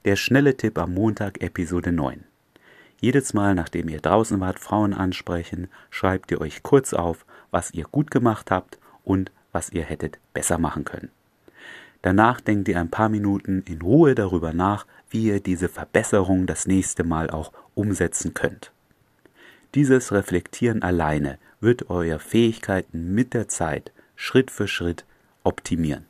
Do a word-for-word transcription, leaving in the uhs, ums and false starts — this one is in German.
Der schnelle Tipp am Montag, Episode neun. Jedes Mal, nachdem ihr draußen wart, Frauen ansprechen, schreibt ihr euch kurz auf, was ihr gut gemacht habt und was ihr hättet besser machen können. Danach denkt ihr ein paar Minuten in Ruhe darüber nach, wie ihr diese Verbesserung das nächste Mal auch umsetzen könnt. Dieses Reflektieren alleine wird eure Fähigkeiten mit der Zeit Schritt für Schritt optimieren.